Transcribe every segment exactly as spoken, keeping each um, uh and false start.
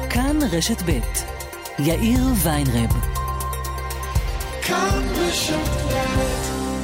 כאן רשת ב' יאיר ויינרב. כאן רשת ב'.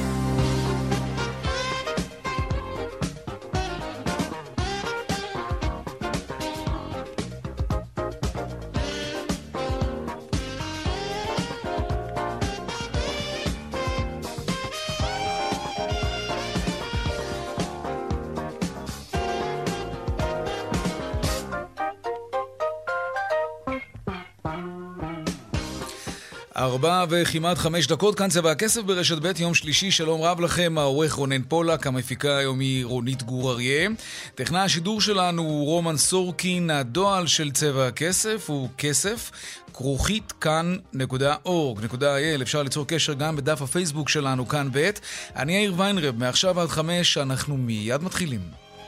ארבע וכמעט חמש דקות, כאן צבע הכסף ברשת ב' יום שלישי. שלום רב לכם, העורך רונן פולק, המפיקה היום היא רונית גור אריה. טכנאי השידור שלנו הוא רומן סורקין. הדואל של צבע הכסף הוא כסף כרוכית כאן נקודה אורג נקודה איי אל. אפשר ליצור קשר גם בדף הפייסבוק שלנו כאן ב'. אני יאיר ויינרב, מעכשיו עד חמש אנחנו מיד מתחילים.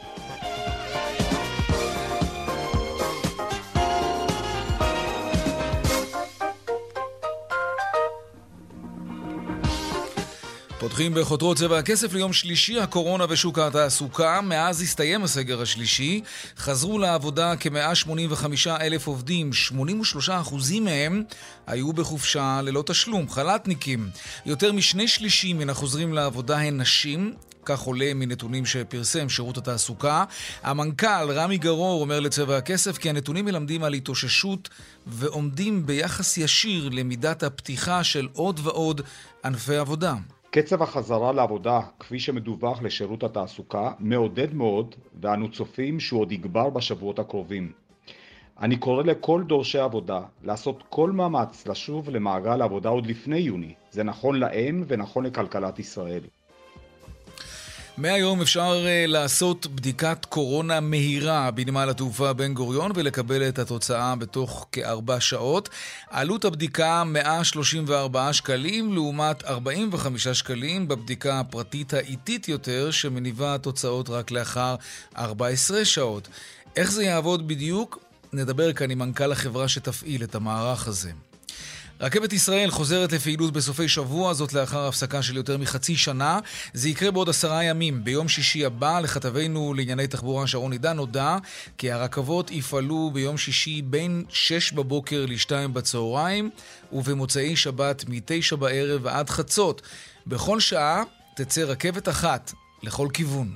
פותחים בחותרות צבע הכסף ליום שלישי. הקורונה ושוק התעסוקה. מאז הסתיים הסגר השלישי חזרו לעבודה כ-מאה שמונים וחמישה אלף עובדים. שמונים ושלושה אחוזים מהם היו בחופשה ללא תשלום, חל"תניקים. יותר משני שלישים מן החוזרים לעבודה הן נשים, כך עולה מנתונים שפרסם שירות התעסוקה. המנכ"ל רמי גרור אומר לצבע הכסף כי הנתונים מלמדים על התאוששות ועומדים ביחס ישיר למידת הפתיחה של עוד ועוד ענפי עבודה. קצב החזרה לעבודה, כפי שמדווח לשירות התעסוקה, מעודד מאוד, ואנו צופים שהוא עוד יגבר בשבועות הקרובים. אני קורא לכל דורשי עבודה לעשות כל מאמץ לשוב למעגל העבודה עוד לפני יוני. זה נכון להם ונכון לכלכלת ישראל. מהיום אפשר לעשות בדיקת קורונה מהירה בנמל התעופה בן גוריון ולקבל את התוצאה בתוך כארבע שעות. עלות הבדיקה מאה שלושים וארבעה שקלים לעומת ארבעים וחמישה שקלים בבדיקה הפרטית האיטית יותר שמניבה תוצאות רק לאחר ארבע עשרה שעות. איך זה יעבוד בדיוק? נדבר כאן עם מנכ"ל החברה שתפעיל את המערך הזה. רכבת ישראל חוזרת לפעילות בסופי שבוע, זאת לאחר הפסקה של יותר מחצי שנה. זה יקרה בעוד עשרה ימים. ביום שישי הבא, לכתבנו לענייני תחבורה שרון עידן נודע כי הרכבות יפעלו ביום שישי בין שש בבוקר לשתיים בצהריים, ובמוצאי שבת מתשע בערב ועד חצות. בכל שעה תצא רכבת אחת לכל כיוון.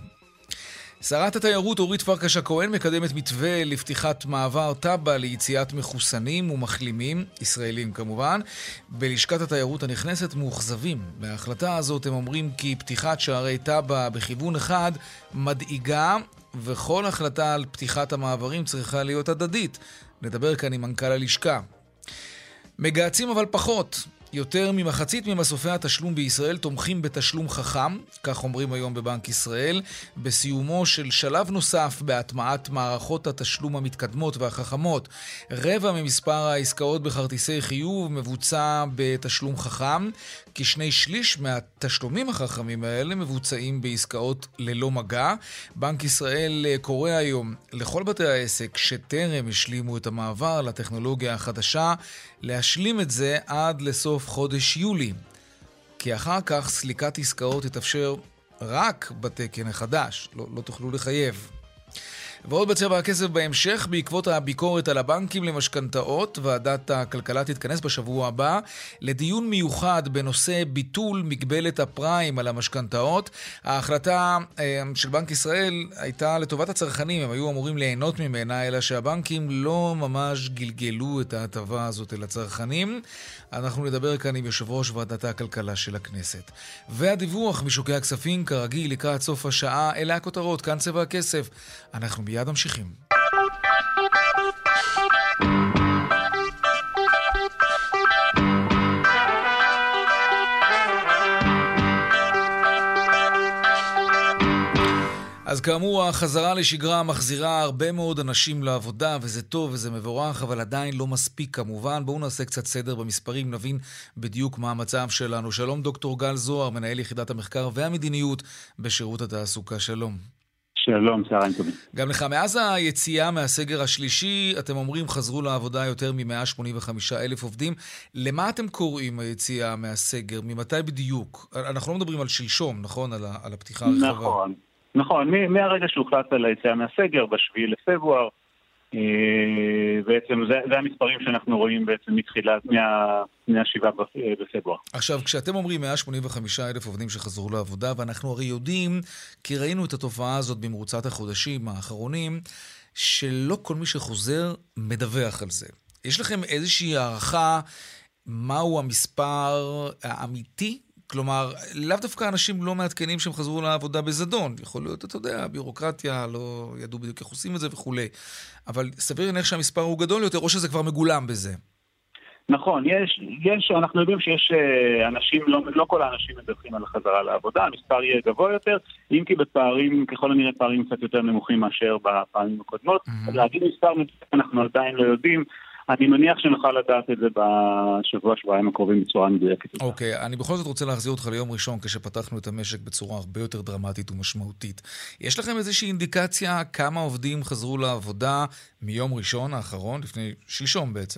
שרת התיירות אורית פרקש הכהן מקדמת מתווה לפתיחת מעבר טאבה ליציאת מחוסנים ומחלימים, ישראלים כמובן. בלשכת התיירות הנכנסת מאוכזבים. בהחלטה הזאת הם אומרים כי פתיחת שערי טאבה בכיוון אחד מדאיגה, וכל החלטה על פתיחת המעברים צריכה להיות הדדית. נדבר כאן עם מנכ"ל הלשכה. מגעצים אבל פחות. יותר ממחצית ממסופי התשלום בישראל תומכים בתשלום חכם, כך אומרים היום בבנק ישראל, בסיומו של שלב נוסף בהטמעת מערכות התשלום המתקדמות והחכמות. רבע ממספר העסקאות בכרטיסי חיוב מבוצע בתשלום חכם, כשני שליש מהתשלומים החכמים האלה מבוצעים בעסקאות ללא מגע. בנק ישראל קורא היום לכל בתי העסק שטרם השלימו את המעבר לטכנולוגיה החדשה, להשלים את זה עד לסוף חודש יולי, כי אחר כך סליקת עסקאות תתאפשר רק בתקן החדש, לא, לא תוכלו לחייב. ועוד בצבע הכסף בהמשך, בעקבות הביקורת על הבנקים למשכנתאות, ועדת הכלכלה תתכנס בשבוע הבא לדיון מיוחד בנושא ביטול מגבלת הפריים על המשכנתאות. ההחלטה של בנק ישראל הייתה לטובת הצרכנים, הם היו אמורים ליהנות ממנה, אלא שהבנקים לא ממש גלגלו את ההטבה הזאת אל הצרכנים. אנחנו נדבר כאן עם יושב ראש ועדת הכלכלה של הכנסת. והדיווח משוקי הכספים כרגיל לקראת סוף השעה, אלה הכותרות, כאן צבע הכסף. אנחנו מיד ממשיכים. אז כאמור, החזרה לשגרה מחזירה הרבה מאוד אנשים לעבודה, וזה טוב וזה מבורך, אבל עדיין לא מספיק כמובן. בואו נעשה קצת סדר במספרים, נבין בדיוק מה המצב שלנו. שלום דוקטור גל זוהר, מנהל יחידת המחקר והמדיניות בשירות התעסוקה. שלום. שלום, צהריים טובים. גם לך, מאז היציאה מהסגר השלישי, אתם אומרים חזרו לעבודה יותר מ-מאה שמונים וחמישה אלף עובדים. למה אתם קוראים היציאה מהסגר? ממתי בדיוק? אנחנו לא מדברים על שלשום, נכון? על, על הפתיחה הרחבה. נכון, נכון. מהרגע שהוחלט על היציאה מהסגר, בשביעי לפברואר, בעצם זה, זה המספרים שאנחנו רואים בעצם מתחילת מה-שבעה בפברואר. עכשיו, כשאתם אומרים מאה שמונים וחמישה אלף עובדים שחזרו לעבודה, ואנחנו הרי יודעים, כי ראינו את התופעה הזאת במרוצת החודשים האחרונים, שלא כל מי שחוזר מדווח על זה. יש לכם איזושהי הערכה מהו המספר האמיתי? כלומר, לאו דווקא אנשים לא מעדכנים שהם חזרו לעבודה בזדון. יכול להיות, אתה יודע, בירוקרטיה, לא ידעו בדיוק איך עושים את זה וכו'. אבל סביר להניח שהמספר הוא גדול יותר, או שזה כבר מגולם בזה. נכון, יש, יש, אנחנו יודעים שיש אנשים, לא, לא כל האנשים מדווחים על החזרה לעבודה, המספר יהיה גבוה יותר, אם כי בפערים, ככל הנראה פערים קצת יותר נמוכים מאשר בפעמים הקודמות. Mm-hmm. להגיד מספר אנחנו עדיין לא יודעים, אני מניח שנוכל לדעת את זה בשבוע, שבועיים הקרובים בצורה מדויקת. אוקיי, אני בכל זאת רוצה להחזיר אותך ליום ראשון, כשפתחנו את המשק בצורה הרבה יותר דרמטית ומשמעותית. יש לכם איזושהי אינדיקציה כמה עובדים חזרו לעבודה מיום ראשון האחרון, לפני שלשום בעצם?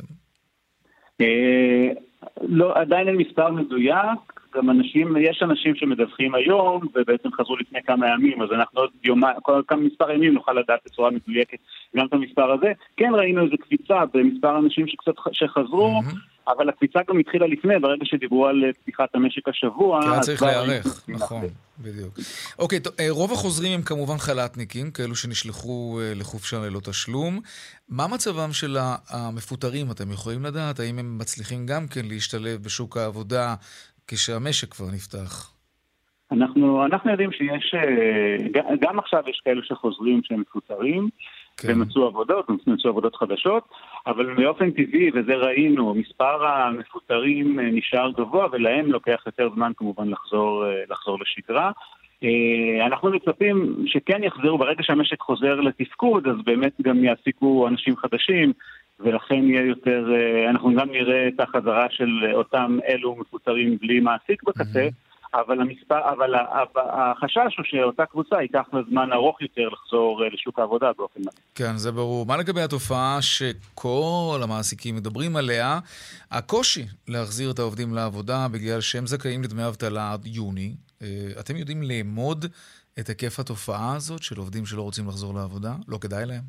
לא, עדיין אין מספר מדויק, גם אנשים, יש אנשים שמדווחים היום, ובעצם חזרו לפני כמה ימים, אז אנחנו עוד יומיים, כל כמה מספר ימים נוכל לדעת בצורה מדויקת גם את המספר הזה. כן ראינו איזו קפיצה במספר אנשים שקצת שחזרו, mm-hmm. אבל הקפיצה גם התחילה לפני, ברגע שדיברו על פתיחת המשק השבוע. כן, צריך להיערך, נכון, בדיוק. אוקיי, רוב החוזרים הם כמובן חל"תניקים, כאלו שנשלחו לחופשה ללא תשלום. מה מצבם של המפוטרים, אתם יכולים לדעת? האם הם מצליחים גם כן להשתלב בשוק העבודה כשהמשק כבר נפתח? אנחנו, אנחנו יודעים שיש, גם עכשיו יש כאלו שחוזרים שהם מפוטרים, כן. ומצאו עבודות, ומצאו עבודות חדשות, אבל באופן טבעי, וזה ראינו, מספר המפוטרים נשאר גבוה, ולהם לוקח יותר זמן כמובן לחזור, לחזור לשגרה. אנחנו מצפים שכן יחזרו, ברגע שהמשק חוזר לתפקוד, אז באמת גם יעסיקו אנשים חדשים, ולכן יהיה יותר, אנחנו גם נראה את החזרה של אותם אלו מפוטרים בלי מעסיק בקצה, אבל המספר, אבל החשש הוא שאותה קבוצה ייקח לזמן ארוך יותר לחזור לשוק העבודה באופן מלא. כן, זה ברור. מה לגבי התופעה שכל המעסיקים מדברים עליה, הקושי להחזיר את העובדים לעבודה בגלל שהם זכאים לדמי אבטלה עד יוני? אתם יודעים לאמוד את היקף התופעה הזאת של עובדים שלא רוצים לחזור לעבודה? לא כדאי להם?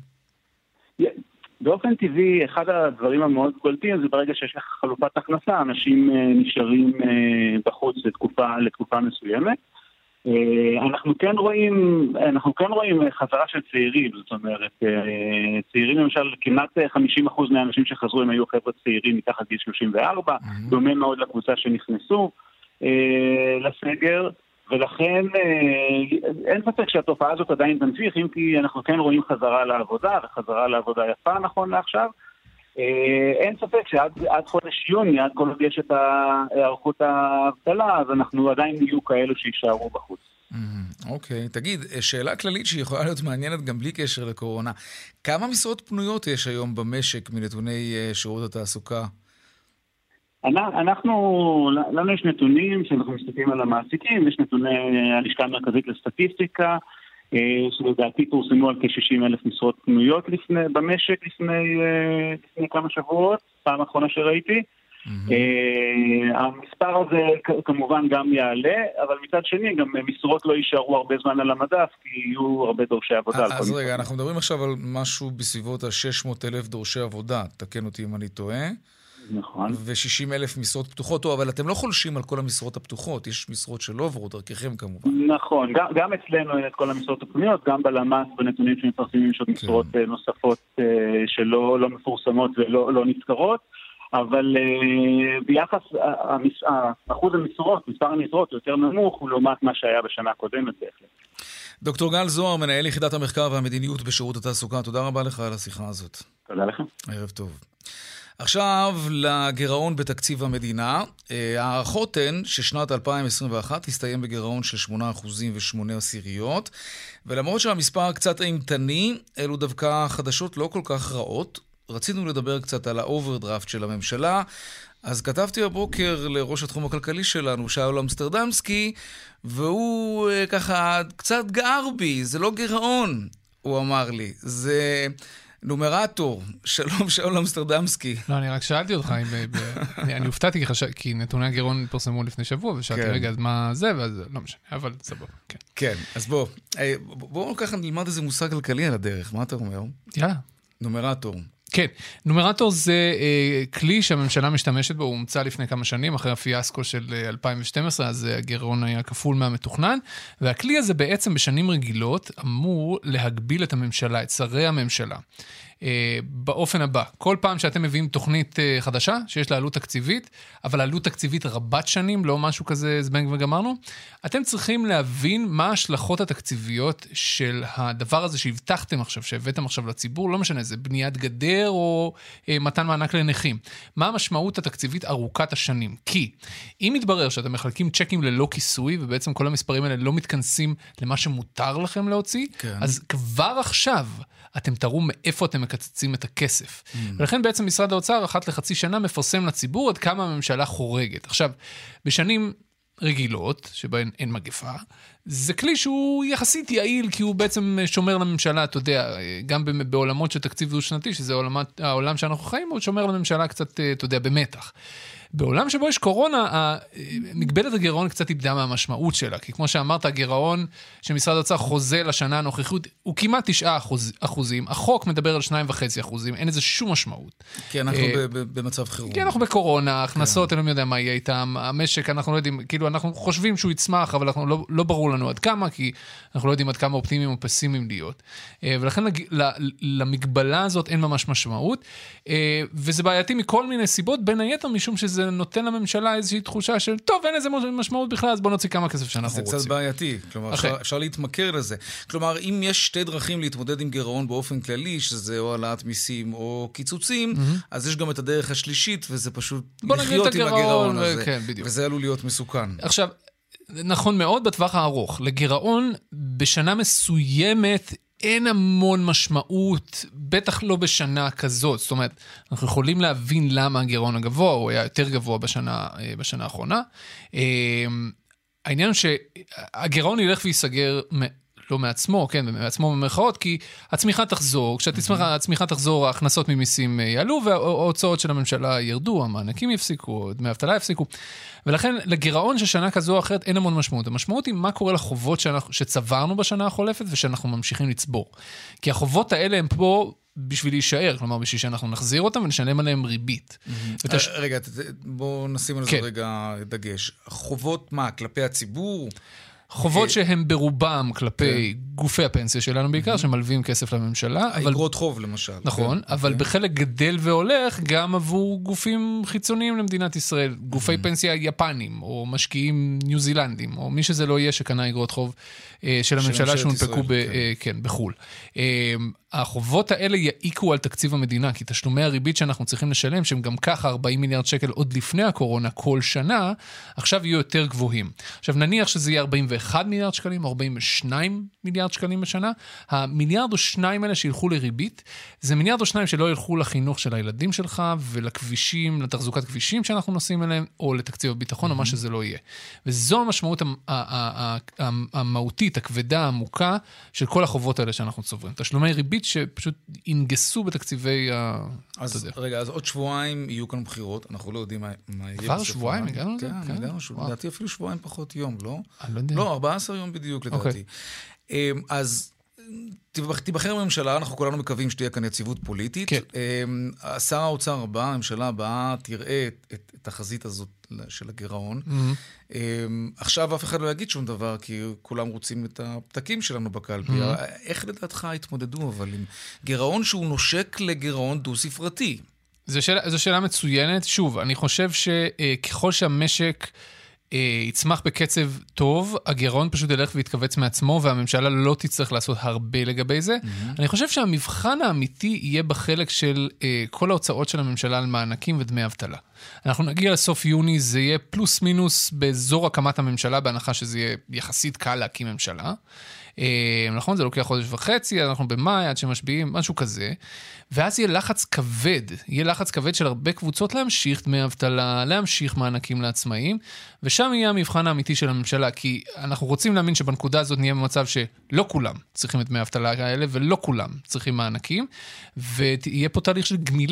באופן טבעי, אחד הדברים המאוד בולטים זה ברגע שיש לך חלופת הכנסה, אנשים נשארים בחוץ לתקופה, לתקופה מסוימת. אנחנו כן רואים, אנחנו כן רואים חזרה של צעירים, זאת אומרת, צעירים למשל, כמעט חמישים אחוז מהאנשים שחזרו הם היו חבר'ה צעירים מתחת גיל שלושים וארבע, mm-hmm. דומה מאוד לקבוצה שנכנסו לסגר, ולכן אין ספק שהתופעה הזאת עדיין תמשיך, אם כי אנחנו כן רואים חזרה לעבודה, וחזרה לעבודה יפה נכון לעכשיו. אין ספק שעד עד חודש יוני, עד כל עוד יש את הערכות האבטלה, אז אנחנו עדיין יהיו כאלו שישארו בחוץ. אוקיי, תגיד, שאלה כללית שיכולה להיות מעניינת גם בלי קשר לקורונה. כמה משרות פנויות יש היום במשק מנתוני שירות התעסוקה? אנחנו, לנו יש נתונים שאנחנו מסתכלים על המעסיקים, יש נתוני הלשכה המרכזית לסטטיסטיקה, שלדעתי פורסמו על כ-שישים אלף משרות פנויות לפני, במשק לפני, לפני כמה שבועות, פעם האחרונה שראיתי. Mm-hmm. המספר הזה כמובן גם יעלה, אבל מצד שני גם משרות לא יישארו הרבה זמן על המדף, כי יהיו הרבה דורשי עבודה. אז רגע, אנחנו מדברים עכשיו על משהו בסביבות ה-שש מאות אלף דורשי עבודה, תקן אותי אם אני טועה. נכון. ו-שישים אלף משרות פתוחות, או, אבל אתם לא חולשים על כל המשרות הפתוחות, יש משרות שלא עברו דרככם כמובן. נכון, גם, גם אצלנו אין את כל המשרות הפנויות, גם בלמ"ס בנתונים שמפרסמים יש עוד משרות כן. נוספות שלא לא מפורסמות ולא לא נזכרות, אבל ביחס, המס, אחוז המשרות, מספר המשרות יותר נמוך, הוא לעומת מה שהיה בשנה הקודמת בהחלט. דוקטור גל זוהר, מנהל יחידת המחקר והמדיניות בשירות התעסוקה, תודה רבה לך על השיחה הזאת. תודה לך. ערב טוב. עכשיו לגירעון בתקציב המדינה. הערכות הן ששנת אלפיים עשרים ואחת תסתיים בגירעון של שמונה אחוזים ושמונה עשיריות, ולמרות שהמספר קצת אימתני, אלו דווקא חדשות לא כל כך רעות. רצינו לדבר קצת על האוברדרפט של הממשלה, אז כתבתי הבוקר לראש התחום הכלכלי שלנו, שאול אמסטרדמסקי, והוא ככה קצת גער בי, זה לא גירעון, הוא אמר לי, זה נומרטור. שלום, שאול אמסטרדמסקי. לא, אני רק שאלתי אותך, אני הופתעתי כי נתוני הגירעון פרסמו לפני שבוע, ושאלתי רגע מה זה, ואז לא משנה, אבל סבבה. כן, אז בוא, בואו ככה נלמד איזה מושג כלכלי על הדרך, מה אתה אומר? יאללה. נומרטור. כן, נומרטור זה אה, כלי שהממשלה משתמשת בו, הוא הומצא לפני כמה שנים, אחרי הפיאסקו של אה, אלפיים ושתים עשרה, אז אה, הגירעון היה כפול מהמתוכנן, והכלי הזה בעצם בשנים רגילות אמור להגביל את הממשלה, את שרי הממשלה. אה, באופן הבא, כל פעם שאתם מביאים תוכנית אה, חדשה, שיש לה עלות תקציבית, אבל עלות תקציבית רבת שנים, לא משהו כזה זבנג וגמרנו, אתם צריכים להבין מה ההשלכות התקציביות של הדבר הזה שהבטחתם עכשיו, שהבאתם עכשיו לציבור, לא משנה, זה בניית גדר או אה, מתן מענק לנכים. מה המשמעות התקציבית ארוכת השנים? כי אם מתברר שאתם מחלקים צ'קים ללא כיסוי, ובעצם כל המספרים האלה לא מתכנסים למה שמותר לכם להוציא, כן. אז כבר עכשיו אתם תראו מאיפה אתם מקצצים את הכסף. Mm. ולכן בעצם משרד האוצר אחת לחצי שנה מפרסם לציבור עד כמה הממשלה חורגת. עכשיו, בשנים רגילות, שבהן אין מגפה, זה כלי שהוא יחסית יעיל, כי הוא בעצם שומר לממשלה, אתה יודע, גם בעולמות של תקציב דו שנתי, שזה העולמת, העולם שאנחנו חיים, הוא שומר לממשלה קצת, אתה יודע, במתח. בעולם שבו יש קורונה, מגבלת הגירעון קצת איבדה מהמשמעות שלה, כי כמו שאמרת, הגירעון שמשרד האוצר חוזה לשנה הנוכחית, הוא כמעט תשעה אחוזים, החוק מדבר על שניים וחצי אחוזים, אין איזה שום משמעות. כי אנחנו במצב חירום. כי אנחנו בקורונה, הכנסות, אני לא יודע מה יהיה איתם, המשק, אנחנו לא יודעים, כאילו אנחנו חושבים שהוא יצמח, אבל אנחנו לא, לא ברור לנו עד כמה, כי אנחנו לא יודעים עד כמה אופטימיים או פסימיים להיות. ולכן למגבלה הזאת אין ממש משמעות, וזה בעייתי מכל מיני סיבות, בין היתר משום שזה נותן לממשלה איזושהי תחושה של, טוב, אין איזה משמעות בכלל, אז בוא נוציא כמה כסף שאנחנו רוצים. זה קצת בעייתי, כלומר, אפשר, אפשר להתמכר לזה. כלומר, אם יש שתי דרכים להתמודד עם גירעון באופן כללי, שזה או העלאת מיסים או קיצוצים, mm-hmm. אז יש גם את הדרך השלישית, וזה פשוט לחיות עם הגירעון הזה. כן, וזה עלול להיות מסוכן. עכשיו, נכון מאוד בטווח הארוך. לגירעון בשנה מסוימת אין המון משמעות, בטח לא בשנה כזאת. זאת אומרת, אנחנו יכולים להבין למה הגירעון הגבוה, הוא היה יותר גבוה בשנה, בשנה האחרונה. העניין הוא שהגירעון ילך ויסגר לא מעצמו, כן, מעצמו במרכאות, כי הצמיחה תחזור, כשהצמיחה תחזור, ההכנסות ממיסים יעלו, וההוצאות של הממשלה ירדו, המענקים יפסיקו, דמי אבטלה יפסיקו. ולכן לגירעון של שנה כזו או אחרת אין המון משמעות. המשמעות היא מה קורה לחובות שאנחנו, שצברנו בשנה החולפת ושאנחנו ממשיכים לצבור. כי החובות האלה הם פה בשביל להישאר, כלומר בשביל שאנחנו נחזיר אותם ונשלם עליהם ריבית. רגע, בואו נשים על זה רגע דגש. חובות מה? כלפי הציבור? חובות שהם ברובם כלפי גופי הפנסיה שלנו בעיקר, שמלווים כסף לממשלה. האגרות חוב למשל. נכון, אבל בחלק גדל והולך גם עבור גופים חיצוניים למדינת ישראל, גופי פנסיה יפנים, או משקיעים ניו זילנדים, או מי שזה לא יהיה שקנה אגרות חוב של הממשלה שהונפקו בחול. החובות האלה יעיקו על תקציב המדינה, כי תשלומי הריבית שאנחנו צריכים לשלם, שהם גם ככה ארבעים מיליארד שקל עוד לפני הקורונה כל שנה, עכשיו יהיו יותר גבוהים. עכשיו נניח שזה יהיה ארבעים ואחד מיליארד שקלים, או ארבעים ושניים מיליארד שקלים בשנה, המיליארד או שניים האלה שילכו לריבית, זה מיליארד או שניים שלא ילכו לחינוך של הילדים שלך, ולכבישים, לתחזוקת כבישים שאנחנו נוסעים אליהם, או לתקציב הביטחון, או מה שזה לא יהיה. וזו המשמעות המהותית, הכבדה, העמוקה, של כל החובות האלה שאנחנו צוברים. תשלומי ריבית שפשוט ינגסו בתקציבי ה... אז רגע, אז עוד שבועיים יהיו כאן בחירות, אנחנו לא יודעים מה יהיה. כבר שבועיים, הגענו לזה? כן, הגענו, לדעתי אפילו שבועיים פחות יום, לא? אני לא יודע. לא, ארבעה עשר יום בדיוק, לדעתי. אז תיבחר הממשלה, אנחנו כולנו מקווים שתהיה כאן יציבות פוליטית. שר האוצר הבא, הממשלה הבאה, תראה את החזית הזאת של הגירעון. עכשיו אף אחד לא יגיד שום דבר, כי כולם רוצים את הפתקים שלנו בקלפי. איך לדעתך התמודדו, אבל עם גירעון שהוא נושק לגירעון דו-ספרתי? זו שאלה, זו שאלה מצוינת. שוב, אני חושב שככל שהמשק יצמח בקצב טוב, הגירעון פשוט ילך ויתכווץ מעצמו, והממשלה לא תצטרך לעשות הרבה לגבי זה. Mm-hmm. אני חושב שהמבחן האמיתי יהיה בחלק של uh, כל ההוצאות של הממשלה על מענקים ודמי אבטלה. אנחנו נגיע לסוף יוני, זה יהיה פלוס מינוס באזור הקמת הממשלה, בהנחה שזה יהיה יחסית קל להקים ממשלה. Uh, נכון? זה לוקח חודש וחצי, אנחנו במאי, עד שמשביעים, משהו כזה. ואז יהיה לחץ כבד, יהיה לחץ כבד של הרבה קבוצות להמשיך דמי אבטלה, להמשיך מענקים לעצמאים, ושם יהיה המבחן האמיתי של הממשלה, כי אנחנו רוצים להאמין שבנקודה הזאת נהיה במצב שלא כולם צריכים את דמי האבטלה האלה, ולא כולם צריכים מענקים, ויהיה פה תהליך של גמילה.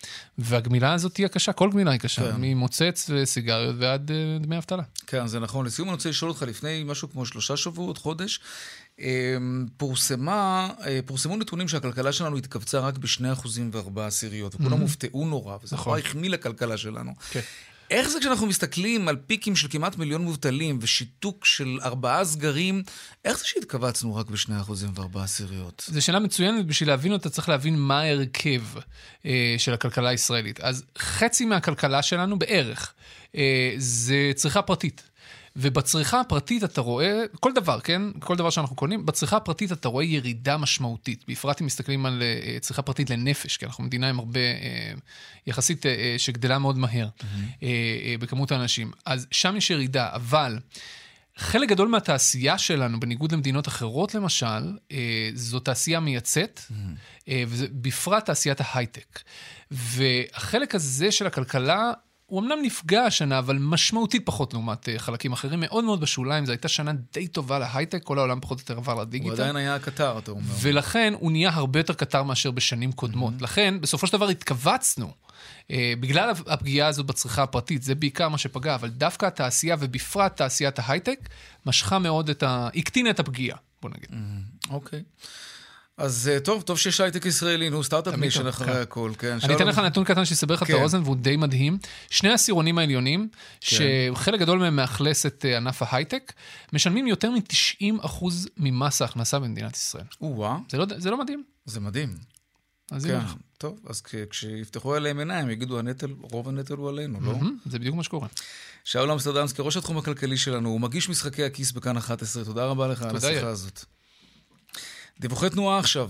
והגמילה הזאת תהיה קשה, כל גמילה היא קשה, ממוצץ וסיגריות ועד דמי אבטלה. כן, זה נכון. לסיום אני רוצה לשאול אותך לפני משהו כמו שלושה שבועות, חודש, פורסמה, פורסמו נתונים שהכלכלה שלנו התכווצה רק בשני אחוזים וארבעה עשיריות, וכולם הופתעו נורא, וזה כבר החמיא לכלכלה שלנו. איך זה כשאנחנו מסתכלים על פיקים של כמעט מיליון מובטלים ושיתוק של ארבעה סגרים, איך זה שהתכווצנו רק בשני אחוזים וארבעה עשיריות? זו שאלה מצוינת, בשביל להבין אותה צריך להבין מה ההרכב אה, של הכלכלה הישראלית. אז חצי מהכלכלה שלנו בערך אה, זה צריכה פרטית. ובצריכה הפרטית אתה רואה, כל דבר, כן? כל דבר שאנחנו קונים, בצריכה הפרטית אתה רואה ירידה משמעותית. בפרט אם מסתכלים על uh, צריכה פרטית לנפש, כי אנחנו מדינה עם הרבה, uh, יחסית uh, שגדלה מאוד מהר mm-hmm. uh, uh, בכמות האנשים. אז שם יש ירידה, אבל חלק גדול מהתעשייה שלנו, בניגוד למדינות אחרות למשל, uh, זו תעשייה מייצאת, mm-hmm. uh, ובפרט תעשיית ההייטק. והחלק הזה של הכלכלה, הוא אמנם נפגע השנה, אבל משמעותית פחות לעומת חלקים אחרים, מאוד מאוד בשוליים, זו הייתה שנה די טובה להייטק, כל העולם פחות יותר עבר לדיגיטל. הוא עדיין היה קטר, אתה אומר. ולכן הוא נהיה הרבה יותר קטר מאשר בשנים קודמות. Mm-hmm. לכן, בסופו של דבר התכווצנו, אה, בגלל הפגיעה הזאת בצריכה הפרטית, זה בעיקר מה שפגע, אבל דווקא התעשייה, ובפרט תעשיית ההייטק, משכה מאוד את ה... הקטינה את הפגיעה, בוא נגיד. אוקיי. Mm-hmm. Okay. אז טוב, טוב שיש הייטק ישראלי, נו, סטארט-אפ ניישן אחרי הכל, כן. אני אתן לך נתון קטן שיסבר לך את האוזן, והוא די מדהים. שני העשירונים העליונים, שחלק גדול מהם מאכלס את ענף ההייטק, משלמים יותר מ-תשעים אחוז ממס ההכנסה במדינת ישראל. וואה. זה לא מדהים? זה מדהים. כן, טוב, אז כשיפתחו עליהם עיניים, יגידו, רוב הנטל הוא עלינו, לא? זה בדיוק מה שקורה. שאול אמסטרדמסקי, ראש התחום הכלכלי שלנו, הוא מגיש משחקי הכיס בכאן אחת עשרה. תודה רבה לך על השיחה הזאת. דיווחי תנועה עכשיו.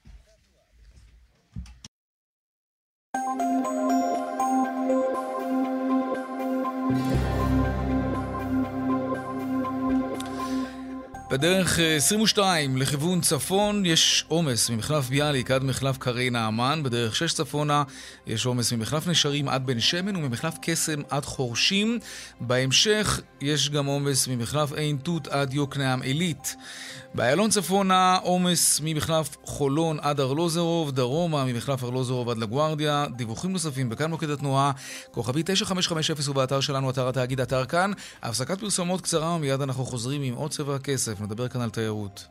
בדרך עשרים ושתיים לכיוון צפון יש עומס ממחלף ביאליק עד מחלף קרי נעמן. בדרך שש צפונה יש עומס ממחלף נשרים עד בן שמן וממחלף קסם עד חורשים. בהמשך יש גם עומס ממחלף עין תות עד יוקנעם עילית. באיילון צפונה עומס ממחלף חולון עד ארלוזרוב, דרומה ממחלף ארלוזרוב עד לגוארדיה. דיווחים נוספים בכאן מוקד התנועה, כוכבי תשע חמש חמש אפס ובאתר שלנו, אתר התאגיד, אתר כאן. הפסקת פרסומות קצרה ומיד אנחנו חוזרים עם עוד צבע הכסף. נדבר כאן על תיירות.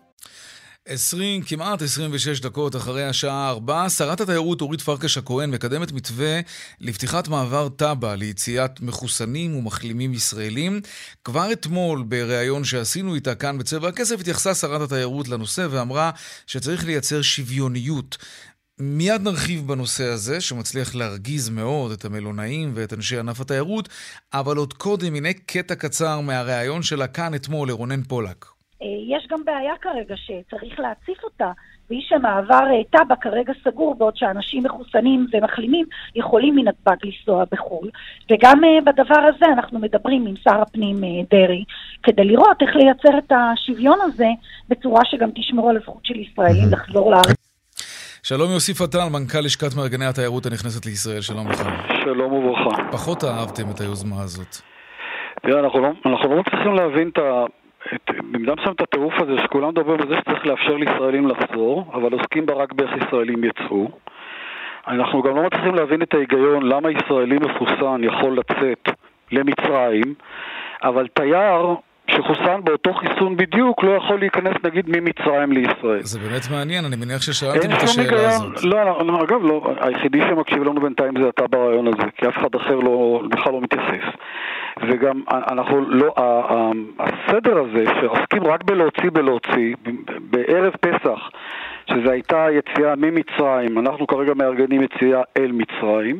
עשרים, כמעט עשרים ושש דקות אחרי השעה ארבע, שרת התיירות אורית פרקש הכהן מקדמת מתווה לפתיחת מעבר טאבה ליציאת מחוסנים ומחלימים ישראלים. כבר אתמול בריאיון שעשינו איתה כאן בצבע הכסף התייחסה שרת התיירות לנושא ואמרה שצריך לייצר שוויוניות. מיד נרחיב בנושא הזה שמצליח להרגיז מאוד את המלונאים ואת אנשי ענף התיירות, אבל עוד קודם הנה קטע קצר מהריאיון שלה כאן אתמול לרונן פולק. יש גם בעיה כרגע שצריך להציף אותה, והיא שמעבר טאבה כרגע סגור, בעוד שאנשים מחוסנים ומחלימים יכולים מנתב"ג לנסוע בחול. וגם בדבר הזה אנחנו מדברים עם שר הפנים דרי, כדי לראות איך לייצר את השוויון הזה בצורה שגם תשמור על הזכות של ישראלים לחזור לארץ. שלום יוסי פטל, מנכ"ל לשכת מארגני התיירות הנכנסת לישראל, שלום לך. שלום וברכה. פחות אהבתם את היוזמה הזאת. תראה, אנחנו לא, אנחנו לא צריכים להבין את ה... במידה מסוימת את הטירוף הזה שכולם מדברים בזה שצריך לאפשר לישראלים לחזור, אבל עוסקים בה רק באיך ישראלים יצאו. אנחנו גם לא מצליחים להבין את ההיגיון למה ישראלי מחוסן יכול לצאת למצרים, אבל תייר שחוסן באותו חיסון בדיוק לא יכול להיכנס נגיד ממצרים לישראל. זה באמת מעניין, אני מניח ששאלתם את השאלה הזאת. לא, לא, אגב, לא, היחידי שמקשיב לנו בינתיים זה אתה ברעיון הזה, כי אף אחד אחר לא, בכלל לא מתייחס. וגם אנחנו לא, הסדר הזה שעוסקים רק בלהוציא בלהוציא, בערב פסח, שזה הייתה יציאה ממצרים, אנחנו כרגע מארגנים יציאה אל מצרים,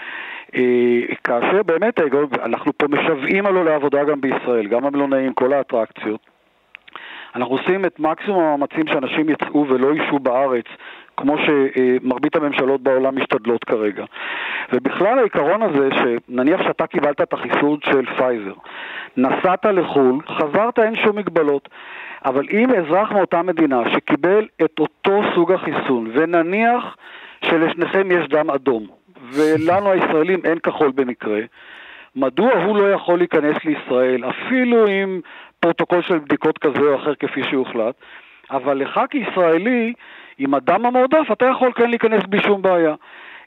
כאשר באמת אנחנו פה משוועים עלו לעבודה גם בישראל, גם המלונאים, כל האטרקציות. אנחנו עושים את מקסימום המאמצים שאנשים יצאו ולא יישו בארץ, כמו שמרבית הממשלות בעולם משתדלות כרגע. ובכלל העיקרון הזה, שנניח שאתה קיבלת את החיסון של פייזר, נסעת לחול, חזרת, אין שום מגבלות, אבל אם אזרח מאותה מדינה שקיבל את אותו סוג החיסון, ונניח שלשניכם יש דם אדום, ולנו הישראלים אין כחול במקרה, מדוע הוא לא יכול להיכנס לישראל, אפילו עם פרוטוקול של בדיקות כזה או אחר כפי שהוחלט, אבל לך כישראלי, עם הדם המועדף, אתה יכול כן להיכנס בלי שום בעיה.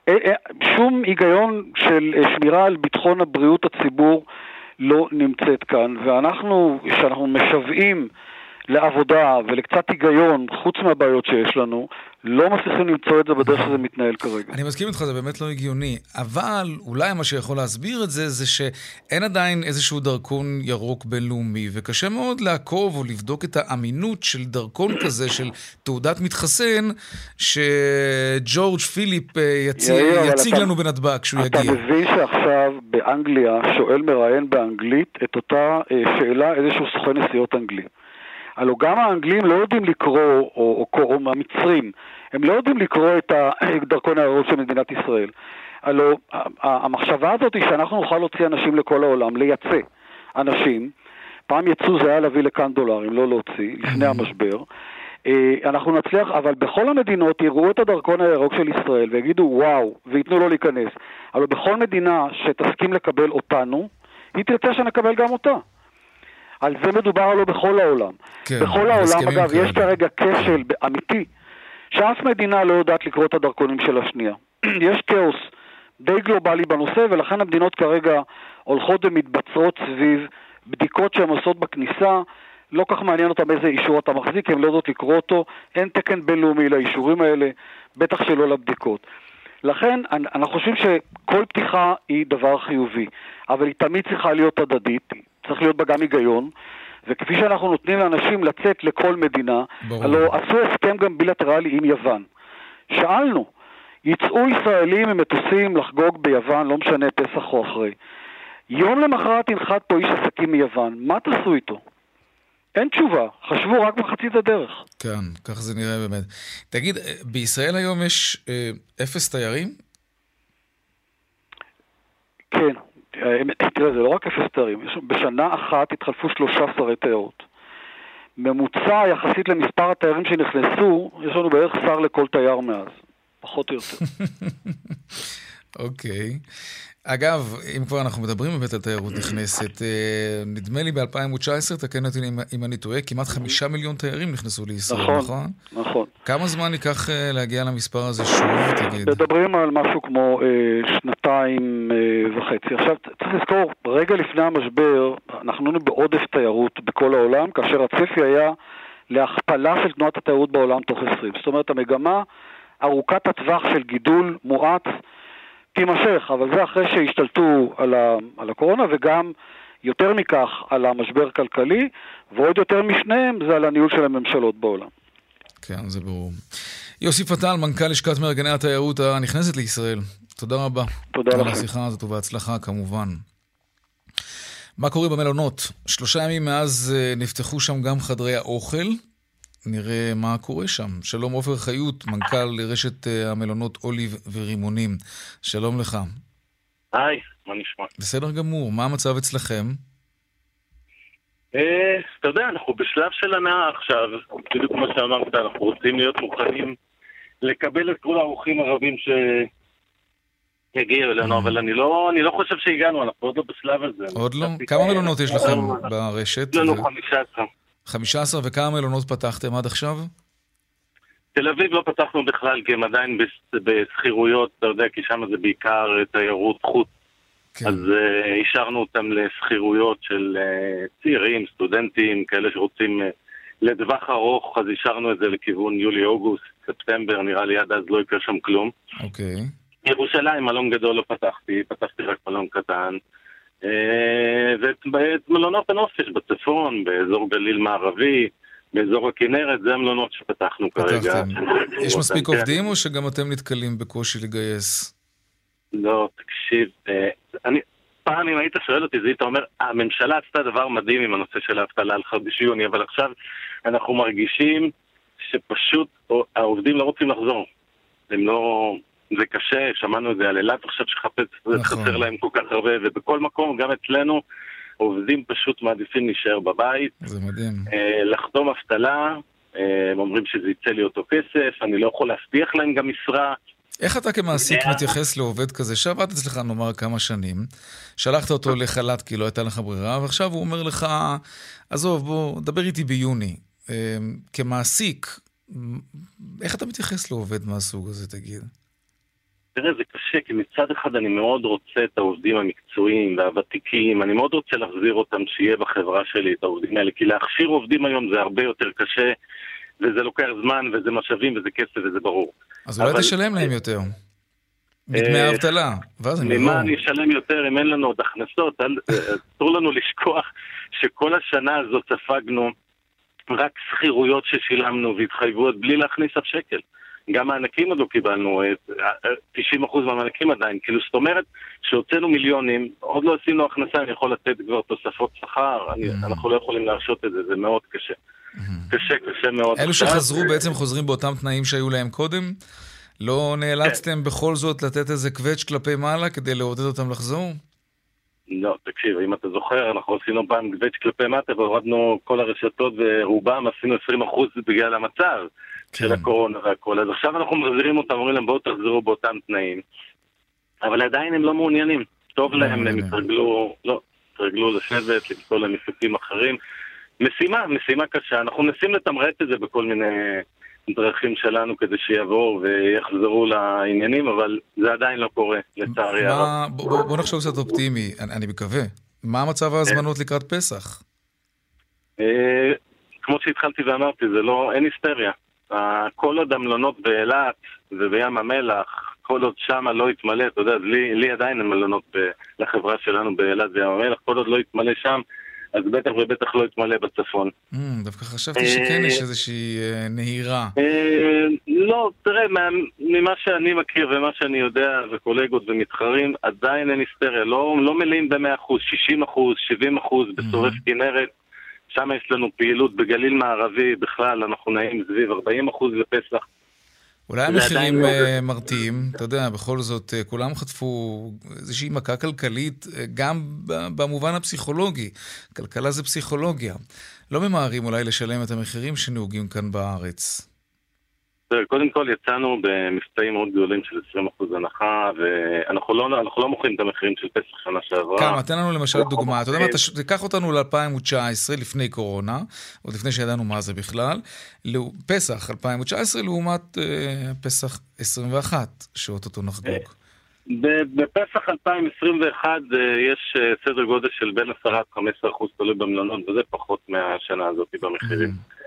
שום היגיון של שמירה על ביטחון הבריאות הציבור לא נמצאת כאן, ואנחנו, שאנחנו משוועים לעבודה ולקצת היגיון, חוץ מהבעיות שיש לנו, לא מצליחים למצוא את זה בדרך שזה מתנהל כרגע. אני מסכים איתך, זה באמת לא הגיוני, אבל אולי מה שיכול להסביר את זה, זה שאין עדיין איזשהו דרכון ירוק בינלאומי, וקשה מאוד לעקוב או לבדוק את האמינות של דרכון כזה, של תעודת מתחסן, שג'ורג' פיליפ יציג, יציג לנו בנדבק כשהוא יגיע. אתה מבין שעכשיו באנגליה שואל מראיין באנגלית את אותה שאלה איזשהו סוכן נסיעות אנגלי. הלוא גם האנגלים לא יודעים לקרוא, או, או, או המצרים, הם לא יודעים לקרוא את הדרכון הירוק של מדינת ישראל. הלוא המחשבה הזאת היא שאנחנו נוכל להוציא אנשים לכל העולם, לייצא אנשים, פעם יצוא זה היה להביא לכאן דולרים, לא להוציא, לפני המשבר, אנחנו נצליח, אבל בכל המדינות יראו את הדרכון הירוק של ישראל ויגידו וואו, ויתנו לו להיכנס. הלוא בכל מדינה שתסכים לקבל אותנו, היא תרצה שנקבל גם אותה. על זה מדובר עלו בכל העולם. כן, בכל העולם, אגב, יש כרגע כשל אמיתי, שאף מדינה לא יודעת לקרוא את הדרכונים של השנייה. יש כאוס די גלובלי בנושא, ולכן המדינות כרגע הולכות ומתבצרות סביב בדיקות שהן עושות בכניסה, לא כך מעניין אותם איזה אישור אתה מחזיק, הם לא יודעות לקרוא אותו, אין תקן בינלאומי לאישורים האלה, בטח שלא לבדיקות. לכן, אנחנו חושבים שכל פתיחה היא דבר חיובי, אבל היא תמיד צריכה להיות הדדית, צריך להיות בה גם היגיון, וכפי שאנחנו נותנים לאנשים לצאת לכל מדינה, הלוא עשו הסכם גם בילטרלי עם יוון. שאלנו, יצאו ישראלים ממטוסים לחגוג ביוון, לא משנה פסח או אחרי. יום למחרת ינחת פה איש עסקים מיוון, מה תעשו איתו? אין תשובה, חשבו רק מחצית הדרך. כן, כך זה נראה באמת. תגיד, בישראל היום יש אה, אפס תיירים? כן. תראה, זה לא רק אפס תיירים, בשנה אחת התחלפו שלושה שרי תיירות. ממוצע יחסית למספר התיירים שנכנסו, יש לנו בערך שר לכל תייר מאז, פחות או יותר. אוקיי. אגב, אם כבר אנחנו מדברים בבית התיירות נכנסת, נדמה לי ב-אלפיים תשע עשרה, תקן אותי אם אני טועה, כמעט חמישה מיליון תיירים נכנסו לישראל, נכון? נכון, נכון. כמה זמן ייקח להגיע למספר הזה שוב, תגיד? מדברים על משהו כמו אה, שנתיים אה, וחצי. עכשיו, צריך לזכור, רגע לפני המשבר, אנחנו היינו בעודף תיירות בכל העולם, כאשר הצפי היה להכפלה של תנועת התיירות בעולם תוך עשרים. זאת אומרת, המגמה ארוכת הטווח של גידול מואץ, תימשך, אבל זה אחרי שהשתלטו על, ה, על הקורונה, וגם יותר מכך על המשבר הכלכלי, ועוד יותר משניהם זה על הניהול של הממשלות בעולם. כן, זה ברור. יוסי פטל, מנכ"ל לשכת מארגני התיירות הנכנסת לישראל. תודה רבה. תודה לכם. על השיחה הזאת ובהצלחה כמובן. מה קורה במלונות? שלושה ימים מאז נפתחו שם גם חדרי האוכל. נראה מה קורה שם. שלום עופר חיות, מנכ"ל לרשת המלונות אוליב ורימונים. שלום לך. היי, מה נשמע? בסדר גמור, מה המצב אצלכם? אתה יודע, אנחנו בשלב של הנאה עכשיו, בדיוק כמו שאמרת, אנחנו רוצים להיות מוכנים לקבל את כל האורחים הרבים שיגיעו אלינו, אבל אני לא, אני לא חושב שהגענו, אנחנו עוד לא בשלב הזה. עוד לא? כמה מלונות יש לכם ברשת? יש לנו חמישה עשר. חמישה עשר, וכמה מלונות פתחתם עד עכשיו? תל אביב לא פתחנו בכלל, כי הם עדיין בסחירויות, אתה יודע, כי שם זה בעיקר תיירות חוץ. כן. אז uh, אישרנו אותם לסחירויות של uh, צעירים, סטודנטים, כאלה שרוצים uh, לדווח ארוך, אז אישרנו את זה לכיוון יולי-אוגוסט, ספטמבר, נראה לי עד אז לא יקרה שם כלום. אוקיי. ירושלים, מלון גדול לא פתחתי, פתחתי רק מלון קטן. ואת מלונות הנופש בצפון, באזור גליל מערבי, באזור הכנרת, זה המלונות שפתחנו כרגע. יש מספיק עובדים או שגם אתם נתקלים בקושי לגייס? לא, תקשיב, פעם אם היית שואל אותי, זה היית אומר, הממשלה עשתה דבר מדהים עם הנושא של האבטלה על חודש יוני, אבל עכשיו אנחנו מרגישים שפשוט העובדים לא רוצים לחזור. הם לא... זה קשה, שמענו את זה על אילת, עכשיו שחפץ, זה חסר להם כל כך הרבה, ובכל מקום, גם אצלנו, עובדים פשוט מעדיפים להישאר בבית. זה מדהים. לחתום אבטלה, הם אומרים שזה יצא לי אותו כסף, אני לא יכול להבטיח להם גם משרה. איך אתה כמעסיק מתייחס לעובד כזה, שעבד אצלך נאמר כמה שנים, שלחת אותו לחל"ת כי לא הייתה לך ברירה, ועכשיו הוא אומר לך, עזוב, בוא, דבר איתי ביוני. כמעסיק, איך אתה מתייחס לעובד מהסוג הזה, תגיד? תראה, זה קשה, כי מצד אחד אני מאוד רוצה את העובדים המקצועיים והוותיקים, אני מאוד רוצה להחזיר אותם שיהיה בחברה שלי את העובדים האלה, כי להכשיר עובדים היום זה הרבה יותר קשה, וזה לוקח זמן, וזה משאבים, וזה כסף, וזה ברור. אז אולי תשלם להם יותר, מדמי האבטלה, ואז הם יבואו. ממה אני אשלם יותר אם אין לנו עוד הכנסות? אסור לנו לשכוח שכל השנה הזאת ספגנו רק שכירויות ששילמנו והתחייבויות בלי להכניס אף שקל. גם מענקים עוד לא קיבלנו, תשעים אחוז מהמענקים עדיין. כאילו, זאת אומרת שהוצאנו מיליונים, עוד לא עשינו הכנסה, אני יכול לתת כבר תוספות שכר, אנחנו לא יכולים להרשות את זה, זה מאוד קשה. קשה, קשה מאוד. אלו שחזרו בעצם חוזרים באותם תנאים שהיו להם קודם? לא נאלצתם בכל זאת לתת איזה קווץ' כלפי מעלה כדי לעודד אותם לחזור? לא, תקשיב, אם אתה זוכר, אנחנו עשינו פעם קווץ' כלפי מטה והורדנו כל הרשתות ורובם עשינו עשרים אחוז בגלל המצב של הקורונה והכל. אז עכשיו אנחנו מחזירים אותם, אומרים להם בואו תחזרו באותם תנאים. אבל עדיין הם לא מעוניינים. טוב להם, הם התרגלו, לא, התרגלו לשבת, לכל המפיקים אחרים. משימה, משימה קשה. אנחנו נסים לתמרץ את זה בכל מיני דרכים שלנו כדי שיבואו ויחזרו לעניינים, אבל זה עדיין לא קורה, לצערי הרב. בוא, בוא נחשוב קצת אופטימי, אני, אני מקווה. מה המצב ההזמנות לקראת פסח? אה, כמו שהתחלתי ואמרתי, זה לא, אין היסטריה. כל עוד המלונות באילת ובים המלח, כל עוד שם לא יתמלא, אתה יודע, לי, לי עדיין המלונות לחברה שלנו באילת וים המלח, כל עוד לא יתמלא שם, אז בטח ובטח לא יתמלא בצפון. דווקא חשבתי שכן יש איזושהי נהירה. לא, תראה, ממה שאני מכיר ומה שאני יודע, וקולגות ומתחרים, עדיין אין היסטריה, לא מלאים ב-מאה אחוז, שישים אחוז, שבעים אחוז, בסורף כנרת, שם יש לנו פעילות בגליל מערבי, בכלל אנחנו נעים סביב ארבעים אחוז לפסח. אולי המחירים מרתיעים, אתה יודע, בכל זאת, כולם חטפו איזושהי מכה כלכלית, גם במובן הפסיכולוגי. כלכלה זה פסיכולוגיה. לא ממהרים אולי לשלם את המחירים שנהוגים כאן בארץ. קודם כל יצאנו במבצעים מאוד גדולים של עשרים אחוז הנחה, ואנחנו לא, אנחנו לא מוכרים את המחירים של פסח שנה שעברה. כמה, תן לנו למשל דוגמה. אתה יודע מה, תיקח אותנו ל-אלפיים תשע עשרה, לפני קורונה, עוד לפני שידענו מה זה בכלל, פסח אלפיים תשע עשרה לעומת פסח עשרים ואחת, שאותו נחגוג. בפסח אלפיים עשרים ואחת יש סדר גודל של בין עשרה עד חמישה עשר אחוז תלוי במלונות, וזה פחות מהשנה הזאת במחירים.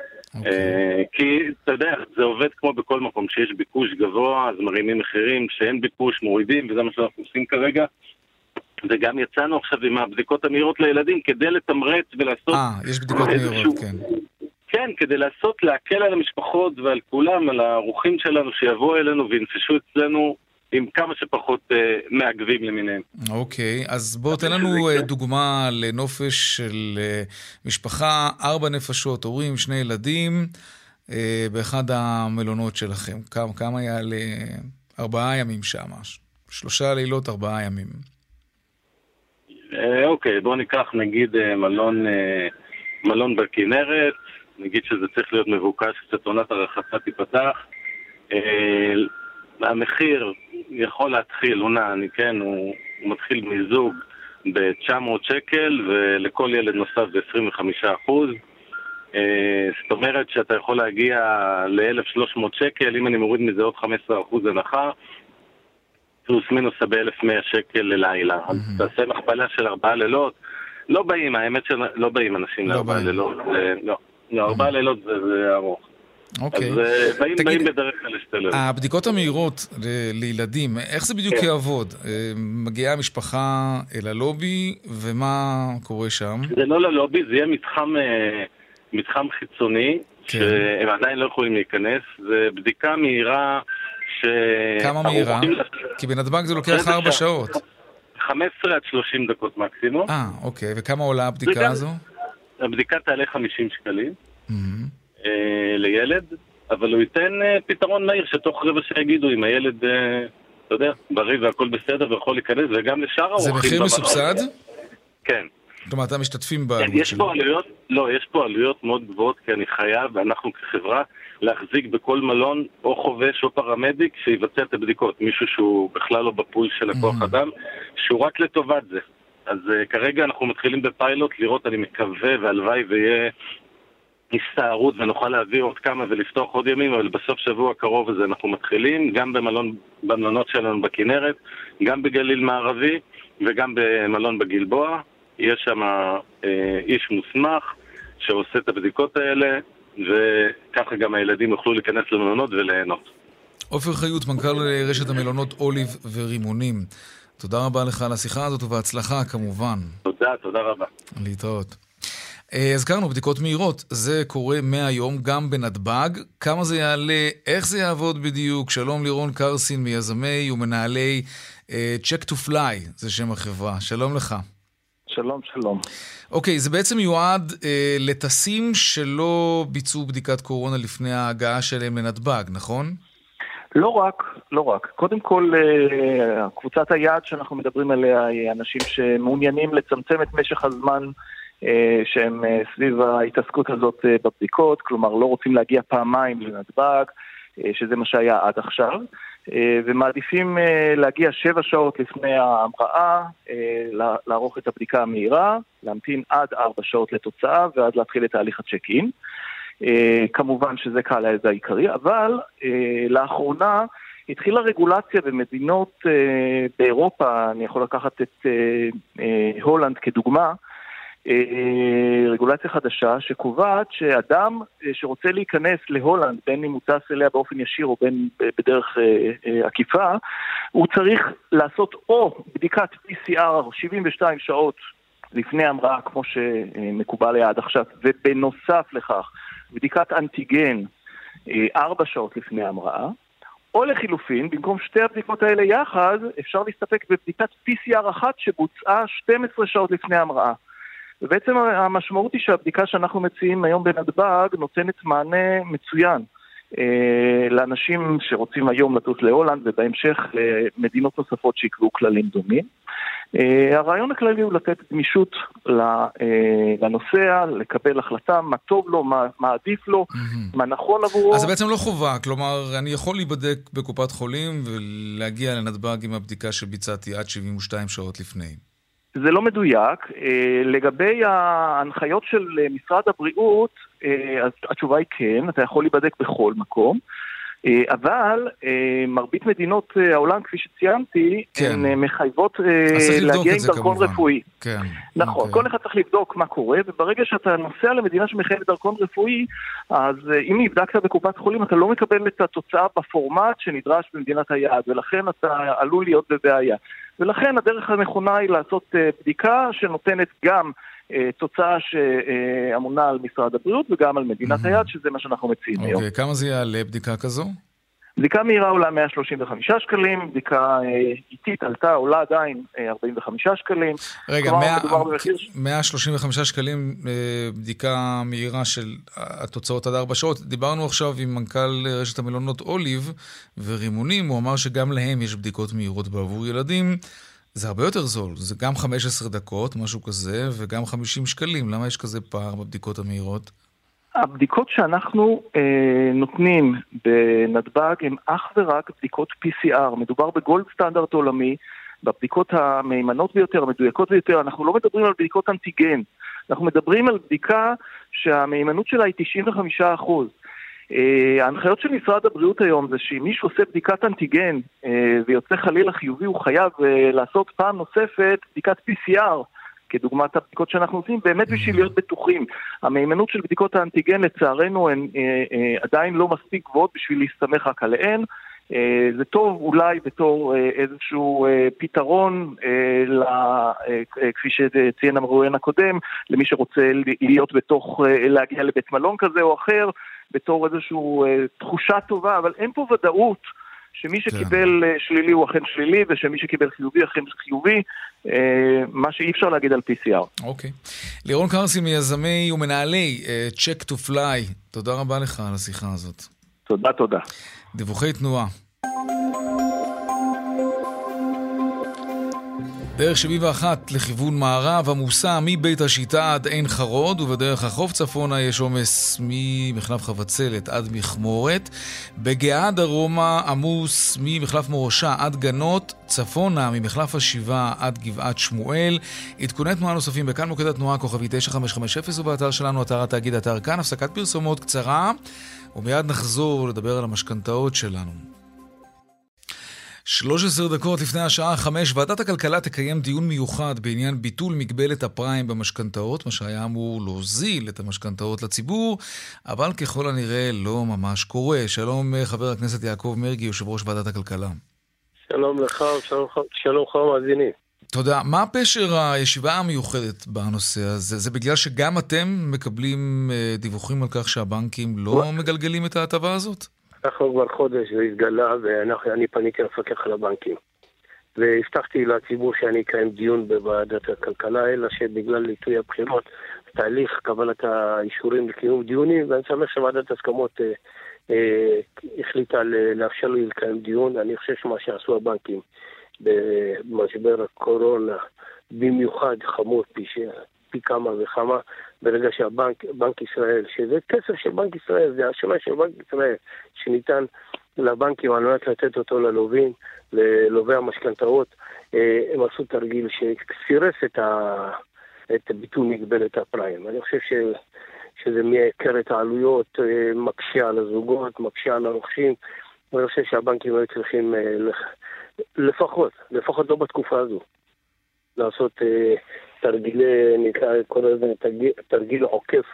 כי אתה יודע, זה עובד כמו בכל מקום שיש ביקוש גבוה, אז מרימים מחירים, שאין ביקוש מורידים, וזה מה שאנחנו עושים כרגע. וגם יצאנו עכשיו עם הבדיקות המהירות לילדים כדי לתמרץ ולעשות... אה, יש בדיקות מהירות, כן. כן, כדי לעשות, להקל על המשפחות ועל כולם, על האורחים שלנו שיבואו אלינו וינפשו אצלנו עם כמה שפחות uh, מעגבים למיניהם. אוקיי, אז בואו תן לנו uh, דוגמה לנופש של uh, משפחה, ארבע נפשות, הורים, שני ילדים, uh, באחד המלונות שלכם. כמה, כמה היה לארבעה ימים שם? שלושה לילות, ארבעה ימים. Uh, אוקיי, בואו ניקח נגיד uh, מלון, uh, מלון בכנרת, נגיד שזה צריך להיות מבוקש, קצת עונת הרחצה תיפתח. Uh, המחיר יכול להתחיל, עונה, אני כן, הוא, הוא מתחיל מזוג ב-תשע מאות שקל, ולכל ילד נוסף ב-עשרים וחמישה אחוז. אה, זאת אומרת שאתה יכול להגיע ל-אלף ושלוש מאות שקל, אם אני מוריד מזה עוד חמישה עשר אחוז הנחה, פלוס מינוס ב-אלף ומאה שקל ללילה. אז תעשה מכפלה של ארבעה לילות. לא באים, האמת שלא באים אנשים לארבעה לילות. לא, לא, ארבעה לילות זה, זה ארוך. אוקיי. אז באים, תגיד, באים בדרך כלל להשתלב. הבדיקות המהירות ל- לילדים, איך זה בדיוק כן. יעבוד? מגיעה המשפחה אל הלובי, ומה קורה שם? זה לא ללובי, זה יהיה מתחם, מתחם חיצוני, כן. שהם עדיין לא יכולים להיכנס. זה בדיקה מהירה ש... כמה מהירה? כי בנתב"ג זה לוקח ארבע שעות. חמש עשרה עד שלושים דקות מקסימום. אה, אוקיי. וכמה עולה הבדיקה הזו? הבדיקה תעלה חמישים שקלים. לילד, אבל הוא ייתן פתרון מהיר שתוך רבע שיגידו אם הילד, אתה יודע, בריא והכל בסדר ויכול להיכנס, וגם לשאר האורחים. זה מחיר מסובסד? כן. כלומר, אתם משתתפים בעלות שלו? יש פה עלויות, לא, יש פה עלויות מאוד גבוהות, כי אני חייב, ואנחנו כחברה, להחזיק בכל מלון או חובש או פרמדיק שיבצע את הבדיקות, מישהו שהוא בכלל לא בפול של הכוח אדם, שהוא רק לטובת זה. אז כרגע אנחנו מתחילים בפיילוט לראות, אני מקווה והלוואי ויהיה הסתערות ונוכל להביא עוד כמה ולפתוח עוד ימים, אבל בסוף שבוע קרוב הזה אנחנו מתחילים, גם במלון, במלונות שלנו בכנרת, גם בגליל מערבי וגם במלון בגלבוע. יש שם אה, איש מוסמך שעושה את הבדיקות האלה, וככה גם הילדים יוכלו להיכנס למלונות וליהנות. עופר חיות, מנכ"ל רשת המלונות אוליב ורימונים. תודה רבה לך על השיחה הזאת ובהצלחה כמובן. תודה, תודה רבה. להתראות. הזכרנו בדיקות מהירות, זה קורה מהיום גם בנתב"ג. כמה זה יעלה, איך זה יעבוד בדיוק? שלום לירון קרסין מיזמי ומנהלי uh, Check to Fly, זה שם החברה. שלום לך. שלום, שלום. אוקיי, זה בעצם מיועד uh, לטסים שלא ביצעו בדיקת קורונה לפני ההגעה שלהם לנתב"ג, נכון? לא רק, לא רק. קודם כל, קבוצת היעד שאנחנו מדברים עליה היא אנשים שמעוניינים לצמצם את משך הזמן שהם סביב ההתעסקות הזאת בבדיקות, כלומר לא רוצים להגיע פעמיים לנתב"ג, שזה מה שהיה עד עכשיו, ומעדיפים להגיע שבע שעות לפני ההמראה, לערוך את הבדיקה המהירה, להמתין עד ארבע שעות לתוצאה, ואז להתחיל את תהליך הצ'ק-אין. כמובן שזה קהל היעד העיקרי, אבל לאחרונה התחילה רגולציה במדינות באירופה, אני יכול לקחת את הולנד כדוגמה, רגולציה חדשה שקובעת שאדם שרוצה להיכנס להולנד, בין אם הוא טס אליה באופן ישיר או בין בדרך עקיפה, הוא צריך לעשות או בדיקת פי סי אר שבעים ושתיים שעות לפני המראה כמו שמקובל היה עד עכשיו, ובנוסף לכך בדיקת אנטיגן ארבע שעות לפני המראה, או לחילופין, במקום שתי הבדיקות האלה יחד, אפשר להסתפק בבדיקת פי סי אר אחת שבוצעה שתים עשרה שעות לפני המראה. ובעצם המשמעות היא שהבדיקה שאנחנו מציעים היום בנתב"ג נותנת מענה מצוין אה, לאנשים שרוצים היום לטוס להולנד ובהמשך למדינות נוספות שיקבעו כללים דומים. אה, הרעיון הכללי הוא לתת גמישות לנוסע, לקבל החלטה מה טוב לו, מה, מה עדיף לו, mm-hmm. מה נכון עבורו. אז זה בעצם לא חובה, כלומר אני יכול להיבדק בקופת חולים ולהגיע לנתב"ג עם הבדיקה שביצעתי עד שבעים ושתיים שעות לפני. זה לא מדויק. לגבי ההנחיות של משרד הבריאות, אז התשובה היא כן, אתה יכול להיבדק בכל מקום, אבל מרבית מדינות העולם, כפי שציינתי, כן. הן מחייבות להגיע עם דרכון רפואי. כן. נכון, אוקיי. כל אחד צריך לבדוק מה קורה, וברגע שאתה נוסע למדינה שמחייבת דרכון רפואי, אז אם נבדקת בקופת חולים, אתה לא מקבל את התוצאה בפורמט שנדרש במדינת היעד, ולכן אתה עלול להיות בבעיה. ולכן הדרך הנכונה היא לעשות בדיקה שנותנת גם תוצאה שאמונה על משרד הבריאות וגם על מדינת היעד, שזה מה שאנחנו מציעים היום. אוקיי, כמה זה יעלה בדיקה כזו? בדיקה מהירה עולה מאה שלושים וחמישה שקלים, בדיקה איטית עלתה, עולה עדיין ארבעים וחמישה שקלים. רגע, מאה שלושים וחמישה שקלים בדיקה מהירה של התוצאות עד ארבע שעות. דיברנו עכשיו עם מנכ"ל רשת המלונות אוליב ורימונים, הוא אמר שגם להם יש בדיקות מהירות בעבור ילדים. זה הרבה יותר זול, זה גם חמש עשרה דקות, משהו כזה, וגם חמישים שקלים. למה יש כזה פער בבדיקות המהירות? הבדיקות שאנחנו אה, נותנים בנתב"ג הם אך ורק בדיקות פי סי אר. מדובר בגולד סטנדרט עולמי, בבדיקות המהימנות ביותר, המדויקות ביותר. אנחנו לא מדברים על בדיקות אנטיגן. אנחנו מדברים על בדיקה שהמהימנות שלה היא תשעים וחמישה אחוז. אה, ההנחיות של משרד הבריאות היום זה שאם מישהו עושה בדיקת אנטיגן אה, ויוצא חלילה חיובי, הוא חייב אה, לעשות פעם נוספת בדיקת פי סי אר. כדוגמת הבדיקות שאנחנו עושים, באמת בשביל להיות בטוחים. המהימנות של בדיקות האנטיגן לצערנו הן אה, אה, עדיין לא מספיק גבוהות בשביל להסתמך רק עליהן. אה, זה טוב אולי בתור אה, איזשהו אה, פתרון, אה, ל, אה, כפי שציין המרואיין הקודם, למי שרוצה להיות בתוך, אה, להגיע לבית מלון כזה או אחר, בתור איזשהו אה, תחושה טובה, אבל אין פה ודאות. שמי שקיבל שלילי הוא אכן שלילי, ושמי שקיבל חיובי אכן חיובי, מה שאי אפשר להגיד על פי סי אר. אוקיי. לירון קרסין מיזמי ומנהלי Check to Fly, תודה רבה לך על השיחה הזאת. תודה, תודה. דיווחי תנועה. דרך שבעים ואחת לכיוון מערב עמוסה מבית השיטה עד עין חרוד, ובדרך החוף צפונה יש עומס ממחלף חבצלת עד מכמורת. בגאה דרומה עמוס ממחלף מורשה עד גנות, צפונה ממחלף השבעה עד גבעת שמואל. עדכוני תנועה נוספים בכאן מוקד התנועה כוכבי תשע חמש חמש אפס, ובאתר שלנו אתר התאגיד אתר כאן. הפסקת פרסומות קצרה ומיד נחזור לדבר על המשכנתאות שלנו. שלוש עשרה דקות לפני השעה חמש, ועדת הכלכלה תקיים דיון מיוחד בעניין ביטול מגבלת הפריים במשכנתאות, מה שהיה אמור להוזיל את המשכנתאות לציבור, אבל ככל הנראה לא ממש קורה. שלום חבר הכנסת יעקב מרגי, יושב ראש ועדת הכלכלה. שלום לך, שלום, שלום לך מאזינים. תודה. מה פשר הישיבה המיוחדת בנושא הזה? זה בגלל שגם אתם מקבלים דיווחים על כך שהבנקים לא מה? מגלגלים את ההטבה הזאת? אנחנו כבר חודש והתגלה, ואני פניתי לפקח על הבנקים. והבטחתי לציבור שאני אקיים דיון בוועדת הכלכלה, אלא שבגלל עיתוי הבחירות, תהליך קבלת האישורים לקיום דיונים, ואני שמח שוועדת הסכמות אה, אה, החליטה לאפשר לי לקיים דיון. אני חושב שמה שעשו הבנקים במשבר הקורונה, במיוחד חמור פי, פי כמה וכמה, ברגע שהבנק, בנק ישראל, שזה כסף של בנק ישראל, זה האשראי של בנק ישראל, שניתן לבנקים על מנת לתת אותו ללווים, ללווי המשכנתאות, הם עשו תרגיל שסירס את, ה, את ביטול מגבלת הפריים. אני חושב ש, שזה מייקר את העלויות, מקשה על הזוגות, מקשה על הרוכשים, ואני חושב שהבנקים היו צריכים לפחות, לפחות לא בתקופה הזו, לעשות תרגילי, נקרא, קורא לזה תרגיל, תרגיל עוקף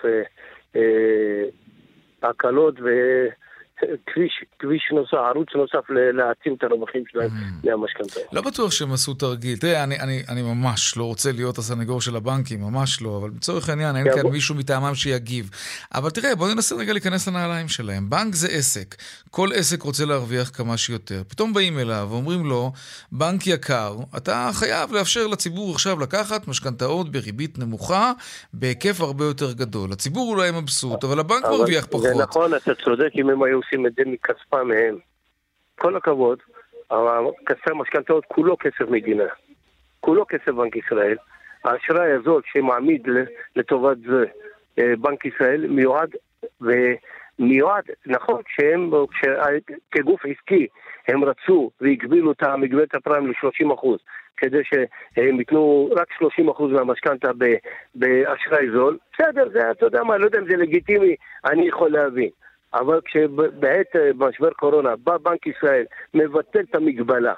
הקלות וכביש, כביש נוסף, ערוץ נוסף להעצים את הרווחים שלהם מהמשכנתאות. לא בטוח שהם עשו תרגיל. תראה, אני, אני, אני ממש לא רוצה להיות הסנגור של הבנקים, ממש לא, אבל בצורך העניין אין כאן מישהו מטעמם שיגיב. אבל תראה, בואו ננסה רגע להיכנס לנעליים שלהם. בנק זה עסק. כל עסק רוצה להרוויח כמה שיותר. פתאום באים אליו ואומרים לו, בנק יקר, אתה חייב לאפשר לציבור עכשיו לקחת משכנתאות בריבית נמוכה, בהיקף הרבה יותר גדול. הציבור אולי מבסוט, אבל הבנק מרוויח פחות. זה נכון, אתה צודק אם הם היו עושים את זה מכספה מהם. כל הכבוד, כספי המשכנתאות כולו כסף מדינה. כולו כסף בנק ישראל. האשראי הזאת שמעמיד לטובת זה בנק ישראל מיועד ומיועד, נכון, שהם כגוף עסקי הם רצו והגבילו את מגבלת הפריים ל-שלושים אחוז כדי שהם ייתנו רק שלושים אחוז מהמשכנתה באשראי זול. בסדר, זה, אתה יודע מה, לא יודע אם זה לגיטימי, אני יכול להבין. אבל כשבעת משבר קורונה בא בנק ישראל מבטל את המגבלה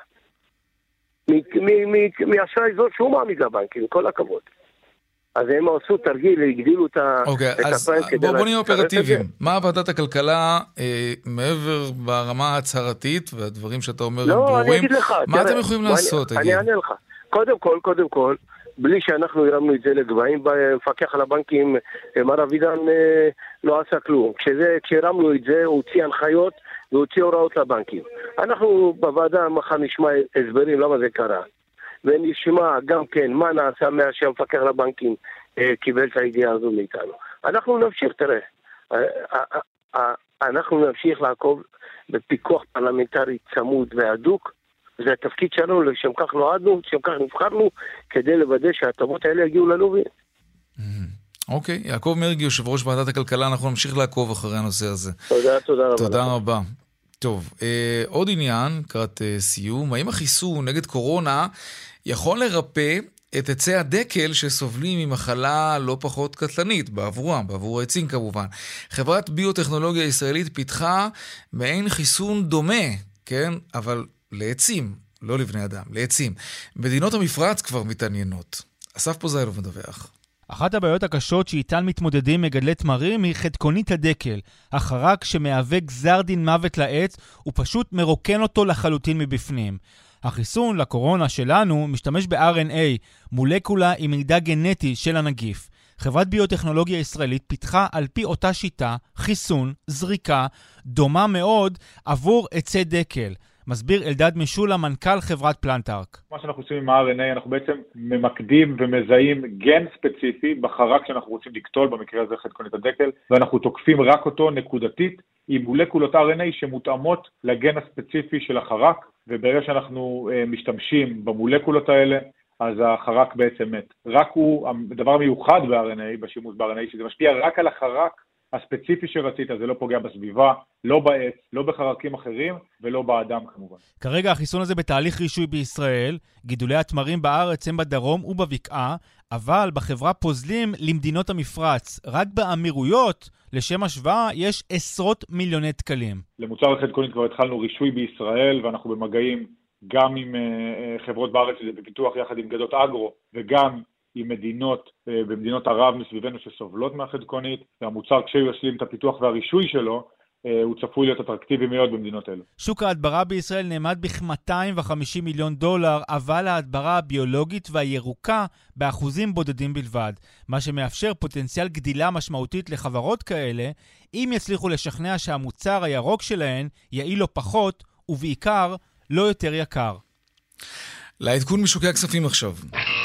מאשראי זול שהוא מעמיד לבנקים, כל הכבוד. אז הם עשו תרגיל, הגדילו את הפריים כדי... בואו נהיה אופרטיביים. מה ועדת הכלכלה, מעבר ברמה ההצהרתית, והדברים שאתה אומר הם ברורים, מה אתם יכולים לעשות? אני אענה לך. קודם כל, קודם כל, בלי שאנחנו הרמנו את זה לגבהים, מפקח על הבנקים, מר אבידן לא עשה כלום. כשהרמנו את זה, הוא הוציא הנחיות והוציא הוראות לבנקים. אנחנו בוועדה מחר נשמע הסברים למה זה קרה. ונשמע גם כן מה נעשה מאז שהמפקח על הבנקים קיבל את הידיעה הזו מאיתנו. אנחנו נמשיך, תראה, אנחנו נמשיך לעקוב בפיקוח פרלמנטרי צמוד והדוק, זה התפקיד שלנו, לשם כך נועדנו, לשם כך נבחרנו, כדי לוודא שההטבות האלה יגיעו ללווים. אוקיי, יעקב מרגי, יושב ראש ועדת הכלכלה, אנחנו נמשיך לעקוב אחרי הנושא הזה. תודה, תודה רבה. תודה רבה. טוב, אה, עוד עניין, קראת אה, סיום, האם החיסון נגד קורונה יכול לרפא את עצי הדקל שסובלים ממחלה לא פחות קטלנית, בעבורם, בעבור העצים כמובן. חברת ביוטכנולוגיה ישראלית פיתחה מעין חיסון דומה, כן? אבל לעצים, לא לבני אדם, לעצים. מדינות המפרץ כבר מתעניינות. אסף פוזיילוב מדווח. אחת הבעיות הקשות שאיתן מתמודדים מגדלי תמרים היא חדקונית הדקל, החרק שמהווה גזר דין מוות לעץ, הוא פשוט מרוקן אותו לחלוטין מבפנים. החיסון לקורונה שלנו משתמש ב-אר אן איי, מולקולה עם מידע גנטי של הנגיף. חברת ביוטכנולוגיה ישראלית פיתחה על פי אותה שיטה חיסון, זריקה, דומה מאוד עבור עצי דקל. מסביר אלדד משולה, מנכ"ל חברת פלנטארק. מה שאנחנו עושים עם ה-אר אן איי, אנחנו בעצם ממקדים ומזהים גן ספציפי בחרק שאנחנו רוצים לקטול, במקרה הזה חדקונית הדקל, ואנחנו תוקפים רק אותו נקודתית עם מולקולות אר אן איי שמותאמות לגן הספציפי של החרק, וברגע שאנחנו משתמשים במולקולות האלה, אז החרק בעצם מת. רק הוא, הדבר המיוחד ב-אר אן איי, בשימוש ב-אר אן איי, שזה משפיע רק על החרק הספציפי שרצית, זה לא פוגע בסביבה, לא בעץ, לא בחרקים אחרים, ולא באדם כמובן. כרגע החיסון הזה בתהליך רישוי בישראל, גידולי התמרים בארץ הם בדרום ובבקעה, אבל בחברה פוזלים למדינות המפרץ. רק באמירויות, לשם השוואה, יש עשרות מיליוני תקלים. למוצר החדקונית כבר התחלנו רישוי בישראל, ואנחנו במגעים גם עם uh, חברות בארץ שזה בפיתוח יחד עם גדות אגרו, וגם עם מדינות, uh, במדינות ערב מסביבנו שסובלות מהחדקונית, והמוצר כשהוא ישלים את הפיתוח והרישוי שלו, uh, הוא צפוי להיות אטרקטיבי מאוד במדינות אלו. שוק ההדברה בישראל נאמד בכ-מאתיים וחמישים מיליון דולר, אבל ההדברה הביולוגית והירוקה באחוזים בודדים בלבד, מה שמאפשר פוטנציאל גדילה משמעותית לחברות כאלה, אם יצליחו לשכנע שהמוצר הירוק שלהן יעיל לו פחות, ובעיקר לא יותר יקר. לעדכון משוקי הכספים עכשיו.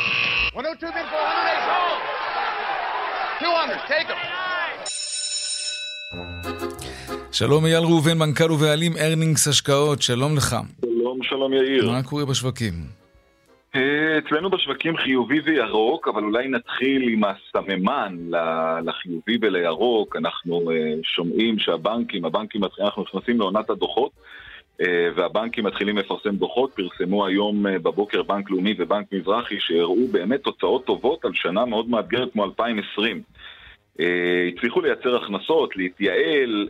שלום אייל ראובן, מנכ"ל ובעלים ארנינגס השקעות, שלום לך. שלום, שלום יאיר. מה קורה בשווקים? אצלנו בשווקים חיובי וירוק, אבל אולי נתחיל עם הסממן לחיובי ולירוק. אנחנו שומעים שהבנקים, הבנקים אנחנו נכנסים לעונת הדוחות, והבנקים מתחילים לפרסם דוחות. פרסמו היום בבוקר בנק לאומי ובנק מזרחי שהראו באמת תוצאות טובות על שנה מאוד מאתגרת כמו אלפיים עשרים. הצליחו לייצר הכנסות, להתייעל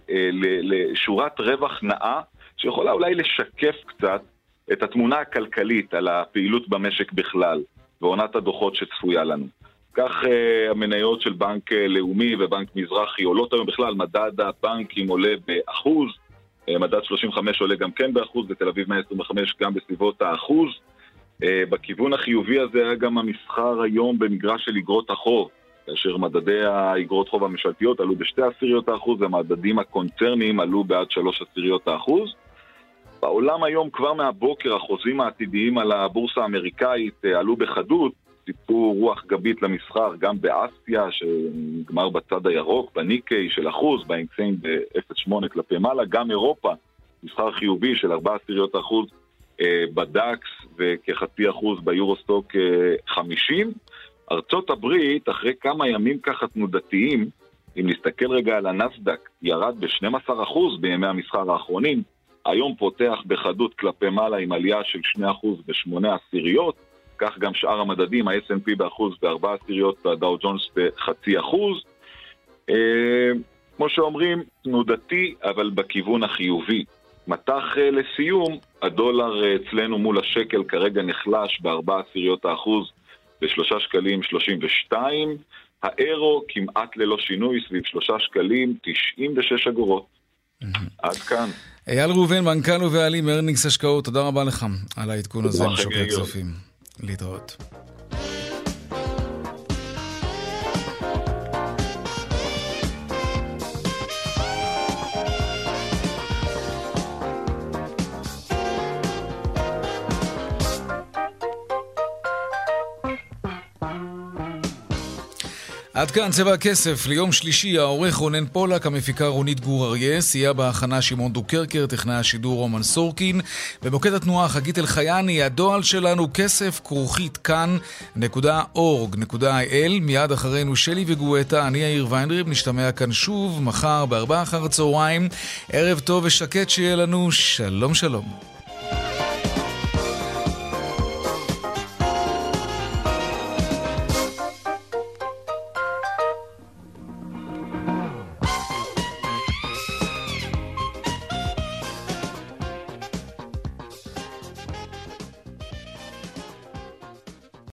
לשורת רווח נאה שיכולה אולי לשקף קצת את התמונה הכלכלית על הפעילות במשק בכלל ועונת הדוחות שצפויה לנו. כך המניות של בנק לאומי ובנק מזרחי עולות היום בכלל. מדד הבנקים עולה באחוז, מדד שלושים וחמש עולה גם כן באחוז, בתל אביב מאה עשרים וחמש גם בסביבות האחוז. בכיוון החיובי הזה היה גם המסחר היום במגרש של אגרות החוב, כאשר מדדי האגרות חוב הממשלתיות עלו בשתי עשיריות האחוז, ומדדים הקונצרניים עלו בעד שלוש עשיריות האחוז. בעולם היום כבר מהבוקר החוזים העתידיים על הבורסה האמריקאית עלו בחדות, סיפור רוח גבית למסחר גם באסיה שנגמר בצד הירוק, בניקי של אחוז, באינקסיין ב-אפס נקודה שמונה כלפי מעלה, גם אירופה, מסחר חיובי של ארבע עשיריות האחוז בדקס וכחצי אחוז ביורוסטוק חמישים. ארצות הברית אחרי כמה ימים ככה תנודתיים, אם נסתכל רגע על הנסדק, ירד ב-שנים עשר אחוז בימי המסחר האחרונים, היום פותח בחדות כלפי מעלה עם עלייה של שני אחוז ושמונה עשיריות, כך גם שאר המדדים, ה-אס אנד פי באחוז וארבע עשיריות והדאו ג'ונס בחצי אחוז. אה, כמו שאומרים, תנודתי אבל בכיוון החיובי. מתח אה, לסיום, הדולר אצלנו מול השקל כרגע נחלש בארבע עשיריות האחוז בשלושה שקלים שלושים ושתיים, האירו כמעט ללא שינוי סביב שלושה שקלים תשעים ושש אגורות. עד כאן. אייל ראובן, מנכ"ל ובעלים ארנינגס השקעות, תודה רבה לך על העדכון הזה משוקי הכספים. להתראות. עד כאן צבע הכסף ליום שלישי. העורך רונן פולק, המפיקה רונית גור אריה, סייע בהכנה שמעון דוקרקר, טכנאי השידור רומן סורקין, במוקד התנועה חגית אלחייני. הדואל שלנו כסף כרוכית כאן נקודה אורג נקודה איי אל. מיד אחרינו שלי וגואטה, אני יאיר ויינרב, נשתמע כאן שוב מחר בארבע אחר הצהריים. ערב טוב ושקט שיהיה לנו. שלום שלום.